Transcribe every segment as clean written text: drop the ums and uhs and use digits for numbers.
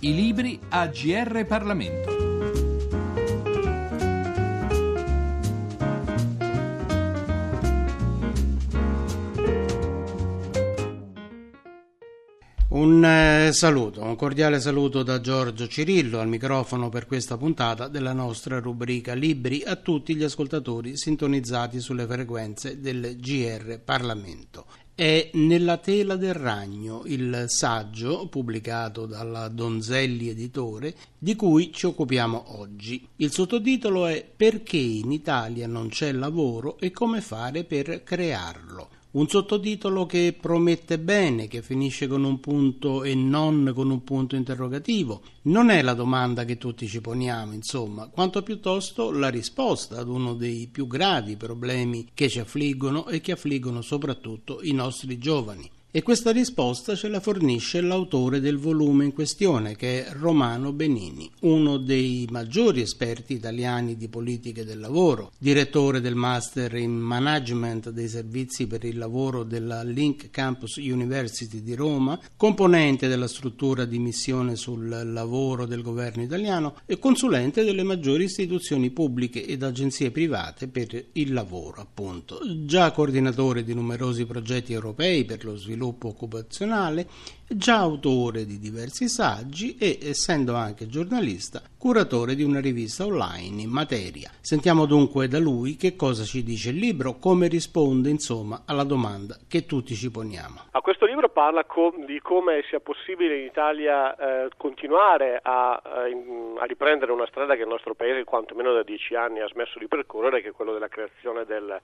I libri a GR Parlamento. Un cordiale saluto da Giorgio Cirillo al microfono per questa puntata della nostra rubrica Libri a tutti gli ascoltatori sintonizzati sulle frequenze del GR Parlamento. È Nella tela del ragno, il saggio pubblicato dalla Donzelli Editore di cui ci occupiamo oggi. Il sottotitolo è Perché in Italia non c'è lavoro e come fare per crearlo. Un sottotitolo che promette bene, che finisce con un punto e non con un punto interrogativo. Non è la domanda che tutti ci poniamo, insomma, quanto piuttosto la risposta ad uno dei più gravi problemi che ci affliggono e che affliggono soprattutto i nostri giovani. E questa risposta ce la fornisce l'autore del volume in questione, che è Romano Benini, uno dei maggiori esperti italiani di politiche del lavoro, direttore del Master in Management dei Servizi per il Lavoro della Link Campus University di Roma, componente della struttura di missione sul lavoro del governo italiano e consulente delle maggiori istituzioni pubbliche ed agenzie private per il lavoro, appunto. Già coordinatore di numerosi progetti europei per lo sviluppo occupazionale, già autore di diversi saggi e, essendo anche giornalista, curatore di una rivista online in materia. Sentiamo dunque da lui che cosa ci dice il libro, come risponde insomma alla domanda che tutti ci poniamo. Questo libro parla di come sia possibile in Italia continuare a riprendere una strada che il nostro paese quantomeno da 10 anni ha smesso di percorrere, che è quello della creazione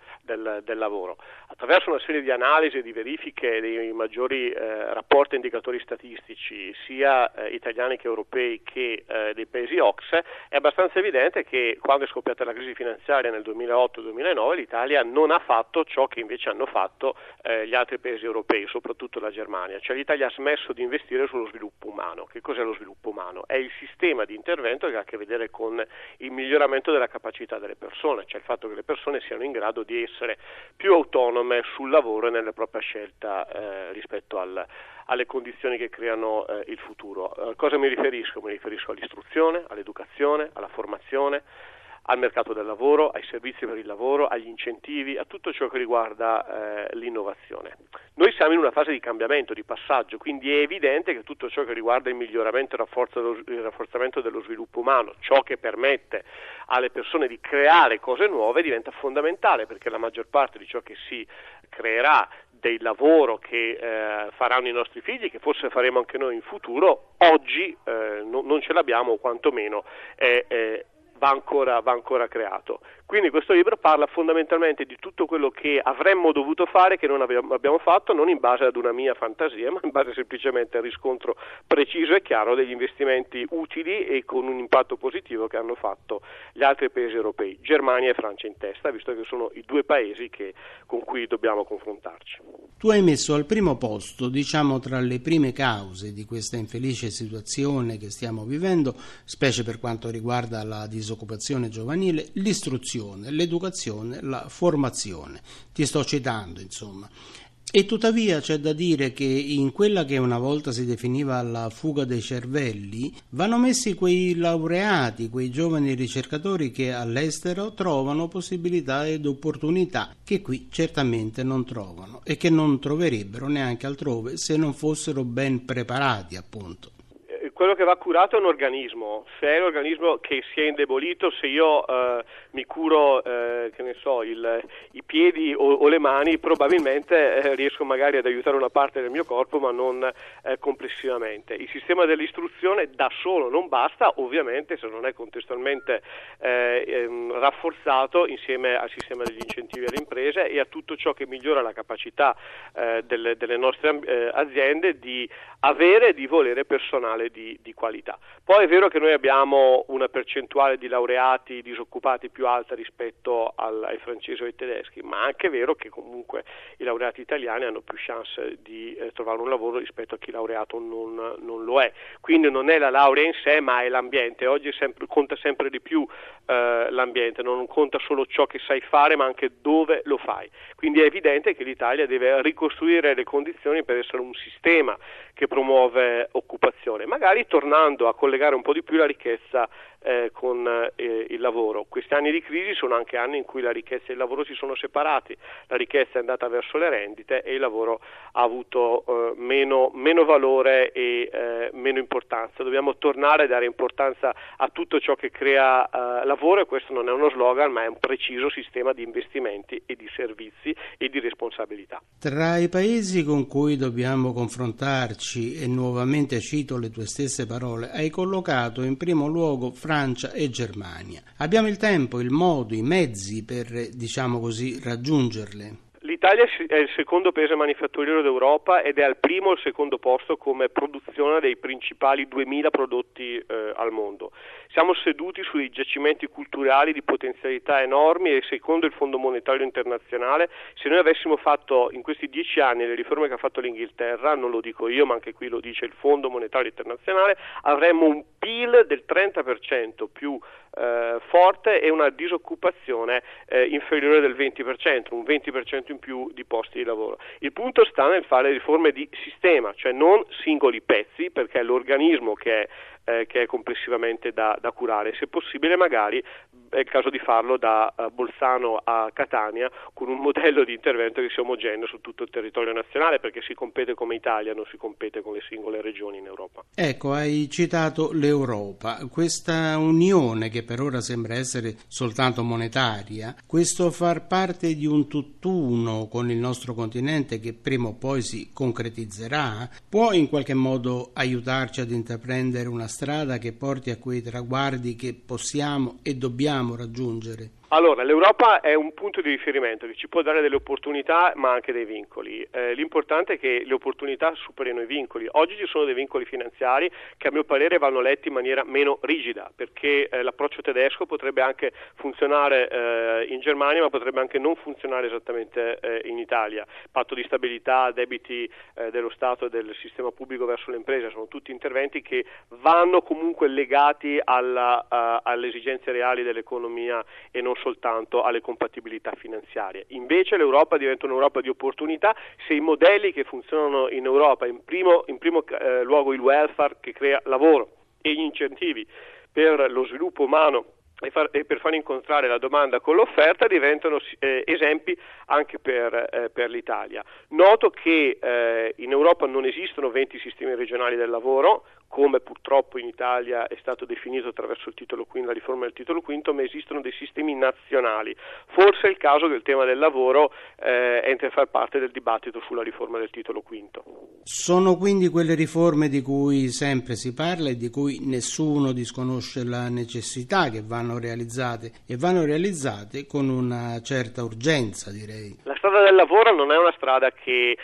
del lavoro. Attraverso una serie di analisi e di verifiche dei maggiori rapporti e indicatori statistici, sia italiani che europei che dei paesi OCSE, è abbastanza evidente che quando è scoppiata la crisi finanziaria nel 2008-2009 l'Italia non ha fatto ciò che invece hanno fatto gli altri paesi europei, soprattutto la Germania. Cioè l'Italia ha smesso di investire sullo sviluppo umano. Che cos'è lo sviluppo umano? È il sistema di intervento che ha a che vedere con il miglioramento della capacità delle persone, cioè il fatto che le persone siano in grado di essere più autonome sul lavoro e nella propria scelta rispetto alle condizioni che creano il futuro. Cosa mi riferisco? Mi riferisco all'istruzione, all'educazione, alla formazione, al mercato del lavoro, ai servizi per il lavoro, agli incentivi, a tutto ciò che riguarda l'innovazione. Noi siamo in una fase di cambiamento, di passaggio, quindi è evidente che tutto ciò che riguarda il miglioramento e il rafforzamento dello sviluppo umano, ciò che permette alle persone di creare cose nuove, diventa fondamentale, perché la maggior parte di ciò che si creerà, del lavoro che faranno i nostri figli, che forse faremo anche noi in futuro, oggi non ce l'abbiamo, o quantomeno va ancora creato. Quindi questo libro parla fondamentalmente di tutto quello che avremmo dovuto fare, che non abbiamo fatto, non in base ad una mia fantasia, ma in base semplicemente al riscontro preciso e chiaro degli investimenti utili e con un impatto positivo che hanno fatto gli altri paesi europei, Germania e Francia in testa, visto che sono i due paesi con cui dobbiamo confrontarci. Tu hai messo al primo posto, diciamo tra le prime cause di questa infelice situazione che stiamo vivendo, specie per quanto riguarda la disoccupazione giovanile, l'istruzione, l'educazione, la formazione. Ti sto citando, insomma. E tuttavia c'è da dire che in quella che una volta si definiva la fuga dei cervelli vanno messi quei laureati, quei giovani ricercatori che all'estero trovano possibilità ed opportunità che qui certamente non trovano e che non troverebbero neanche altrove se non fossero ben preparati, appunto. Quello che va curato è un organismo. Se è l'organismo che si è indebolito, se io mi curo i piedi o le mani, probabilmente riesco magari ad aiutare una parte del mio corpo, ma non complessivamente. Il sistema dell'istruzione da solo non basta, ovviamente, se non è contestualmente rafforzato insieme al sistema degli incentivi alle imprese e a tutto ciò che migliora la capacità delle nostre aziende di avere e di volere personale di qualità. Poi è vero che noi abbiamo una percentuale di laureati disoccupati più alta rispetto ai francesi o ai tedeschi, ma è anche vero che comunque i laureati italiani hanno più chance di trovare un lavoro rispetto a chi laureato non lo è. Quindi non è la laurea in sé, ma è l'ambiente. Oggi conta sempre di più l'ambiente, non conta solo ciò che sai fare, ma anche dove lo fai. Quindi è evidente che l'Italia deve ricostruire le condizioni per essere un sistema che promuove occupazione, magari magari tornando a collegare un po' di più la ricchezza con il lavoro. Questi anni di crisi sono anche anni in cui la ricchezza e il lavoro si sono separati, la ricchezza è andata verso le rendite e il lavoro ha avuto meno valore e meno importanza. Dobbiamo tornare a dare importanza a tutto ciò che crea lavoro, e questo non è uno slogan, ma è un preciso sistema di investimenti e di servizi e di responsabilità. Tra i paesi con cui dobbiamo confrontarci, e nuovamente cito le tue stesse parole, hai collocato in primo luogo Francia e Germania. Abbiamo il tempo, il modo, i mezzi per, diciamo così, raggiungerle? L'Italia è il secondo paese manifatturiero d'Europa ed è al primo o al secondo posto come produzione dei principali 2000 prodotti al mondo. Siamo seduti sui giacimenti culturali di potenzialità enormi e secondo il Fondo Monetario Internazionale, se noi avessimo fatto in questi 10 anni le riforme che ha fatto l'Inghilterra, non lo dico io ma anche qui lo dice il Fondo Monetario Internazionale, avremmo un PIL del 30% più forte e una disoccupazione inferiore del 20%, un 20% in più di posti di lavoro. Il punto sta nel fare riforme di sistema, cioè non singoli pezzi, perché è l'organismo che è complessivamente da curare. Se possibile magari è il caso di farlo da Bolzano a Catania con un modello di intervento che sia omogeneo su tutto il territorio nazionale, perché si compete come Italia, non si compete con le singole regioni in Europa. Ecco, hai citato l'Europa, questa unione che per ora sembra essere soltanto monetaria, questo far parte di un tutt'uno con il nostro continente che prima o poi si concretizzerà, può in qualche modo aiutarci ad intraprendere una strada che porti a quei traguardi che possiamo e dobbiamo raggiungere? Allora, l'Europa è un punto di riferimento che ci può dare delle opportunità ma anche dei vincoli. L'importante è che le opportunità superino i vincoli. Oggi ci sono dei vincoli finanziari che a mio parere vanno letti in maniera meno rigida, perché l'approccio tedesco potrebbe anche funzionare in Germania ma potrebbe anche non funzionare esattamente in Italia. Patto di stabilità, debiti dello Stato e del sistema pubblico verso le imprese sono tutti interventi che vanno comunque legati alle esigenze reali dell'economia e non soltanto alle compatibilità finanziarie. Invece l'Europa diventa un'Europa di opportunità se i modelli che funzionano in Europa, in primo luogo il welfare che crea lavoro e gli incentivi per lo sviluppo umano e per far incontrare la domanda con l'offerta diventano esempi anche per l'Italia. Noto che in Europa non esistono 20 sistemi regionali del lavoro, come purtroppo in Italia è stato definito attraverso il titolo quinto, la riforma del titolo quinto, ma esistono dei sistemi nazionali. Forse è il caso che il tema del lavoro entri a far parte del dibattito sulla riforma del titolo quinto. Sono quindi quelle riforme di cui sempre si parla e di cui nessuno disconosce la necessità, che vanno realizzate e vanno realizzate con una certa urgenza, direi. La strada del lavoro non è una strada che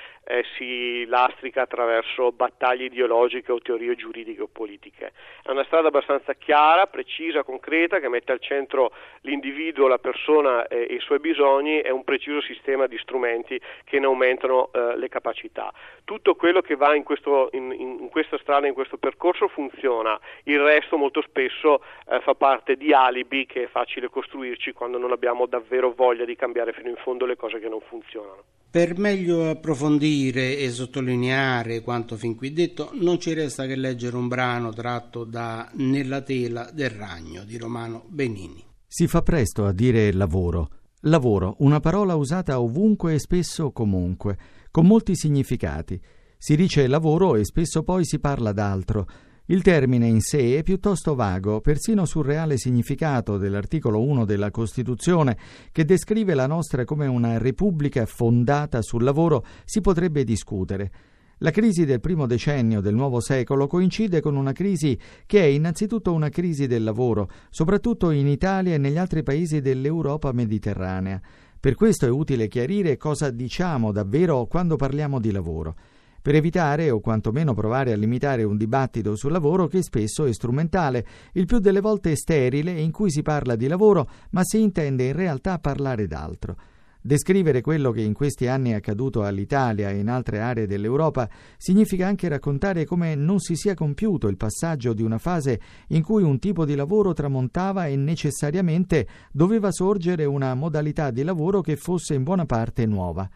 si lastrica attraverso battaglie ideologiche o teorie giuridiche o politiche. È una strada abbastanza chiara, precisa, concreta, che mette al centro l'individuo, la persona e i suoi bisogni, e un preciso sistema di strumenti che ne aumentano le capacità. Tutto quello che va in questa strada, in questo percorso funziona, il resto molto spesso fa parte di alibi che è facile costruirci quando non abbiamo davvero voglia di cambiare fino in fondo le cose che non funzionano. Per meglio approfondire e sottolineare quanto fin qui detto, non ci resta che leggere un brano tratto da Nella tela del ragno di Romano Benini. Si fa presto a dire lavoro. Lavoro, una parola usata ovunque e spesso comunque, con molti significati. Si dice lavoro e spesso poi si parla d'altro. Il termine in sé è piuttosto vago, persino sul reale significato dell'articolo 1 della Costituzione, che descrive la nostra come una repubblica fondata sul lavoro, si potrebbe discutere. La crisi del primo decennio del nuovo secolo coincide con una crisi che è innanzitutto una crisi del lavoro, soprattutto in Italia e negli altri paesi dell'Europa mediterranea. Per questo è utile chiarire cosa diciamo davvero quando parliamo di lavoro, per evitare o quantomeno provare a limitare un dibattito sul lavoro che spesso è strumentale, il più delle volte sterile, in cui si parla di lavoro ma si intende in realtà parlare d'altro. Descrivere quello che in questi anni è accaduto all'Italia e in altre aree dell'Europa significa anche raccontare come non si sia compiuto il passaggio di una fase in cui un tipo di lavoro tramontava e necessariamente doveva sorgere una modalità di lavoro che fosse in buona parte nuova.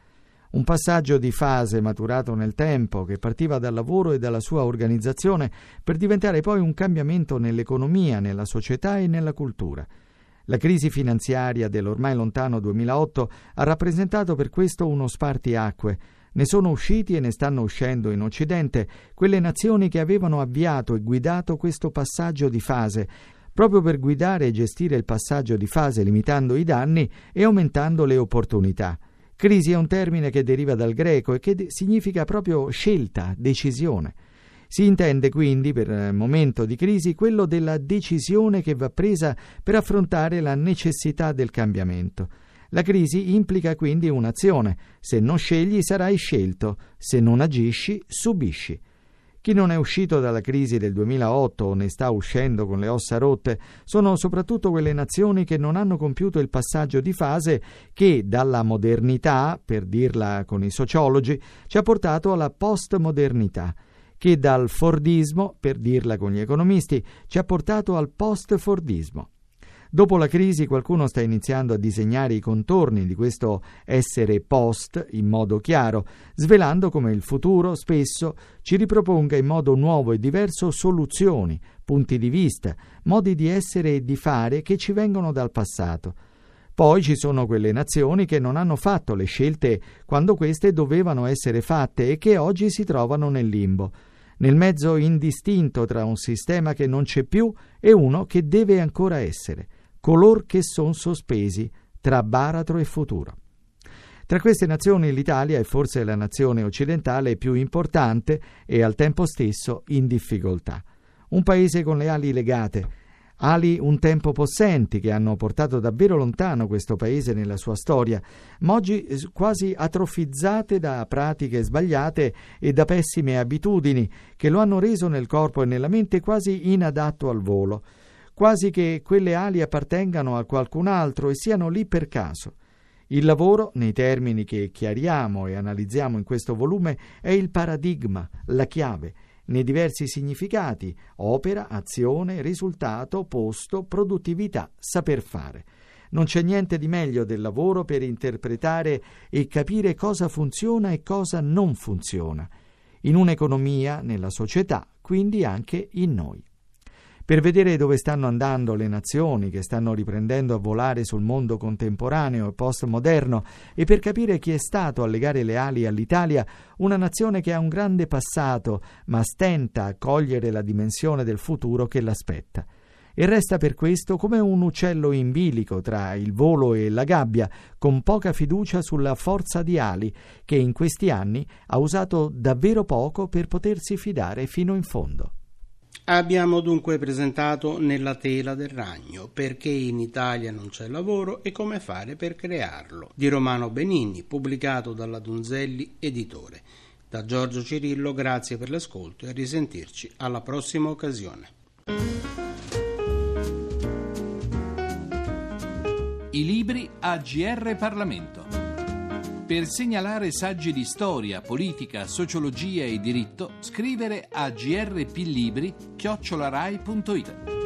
un passaggio di fase maturato nel tempo che partiva dal lavoro e dalla sua organizzazione per diventare poi un cambiamento nell'economia, nella società e nella cultura. La crisi finanziaria dell'ormai lontano 2008 ha rappresentato per questo uno spartiacque. Ne sono usciti e ne stanno uscendo in Occidente quelle nazioni che avevano avviato e guidato questo passaggio di fase, proprio per guidare e gestire il passaggio di fase limitando i danni e aumentando le opportunità. Crisi è un termine che deriva dal greco e che significa proprio scelta, decisione. Si intende quindi per momento di crisi quello della decisione che va presa per affrontare la necessità del cambiamento. La crisi implica quindi un'azione. Se non scegli sarai scelto, se non agisci subisci. Chi non è uscito dalla crisi del 2008 o ne sta uscendo con le ossa rotte sono soprattutto quelle nazioni che non hanno compiuto il passaggio di fase che dalla modernità, per dirla con i sociologi, ci ha portato alla postmodernità, che dal fordismo, per dirla con gli economisti, ci ha portato al post-fordismo. Dopo la crisi qualcuno sta iniziando a disegnare i contorni di questo essere post in modo chiaro, svelando come il futuro spesso ci riproponga in modo nuovo e diverso soluzioni, punti di vista, modi di essere e di fare che ci vengono dal passato. Poi ci sono quelle nazioni che non hanno fatto le scelte quando queste dovevano essere fatte e che oggi si trovano nel limbo, nel mezzo indistinto tra un sistema che non c'è più e uno che deve ancora essere, color che son sospesi tra baratro e futuro. Tra queste nazioni l'Italia è forse la nazione occidentale più importante e al tempo stesso in difficoltà. Un paese con le ali legate, ali un tempo possenti che hanno portato davvero lontano questo paese nella sua storia, ma oggi quasi atrofizzate da pratiche sbagliate e da pessime abitudini che lo hanno reso nel corpo e nella mente quasi inadatto al volo, quasi che quelle ali appartengano a qualcun altro e siano lì per caso. Il lavoro, nei termini che chiariamo e analizziamo in questo volume, è il paradigma, la chiave, nei diversi significati: opera, azione, risultato, posto, produttività, saper fare. Non c'è niente di meglio del lavoro per interpretare e capire cosa funziona e cosa non funziona, in un'economia, nella società, quindi anche in noi. Per vedere dove stanno andando le nazioni che stanno riprendendo a volare sul mondo contemporaneo e postmoderno e per capire chi è stato a legare le ali all'Italia, una nazione che ha un grande passato ma stenta a cogliere la dimensione del futuro che l'aspetta. E resta per questo come un uccello in bilico tra il volo e la gabbia, con poca fiducia sulla forza di ali che in questi anni ha usato davvero poco per potersi fidare fino in fondo. Abbiamo dunque presentato Nella tela del ragno, perché in Italia non c'è lavoro e come fare per crearlo, di Romano Benigni, pubblicato dalla Donzelli Editore. Da Giorgio Cirillo, grazie per l'ascolto e a risentirci alla prossima occasione. I libri a GR Parlamento. Per segnalare saggi di storia, politica, sociologia e diritto, scrivere a grplibri@rai.it.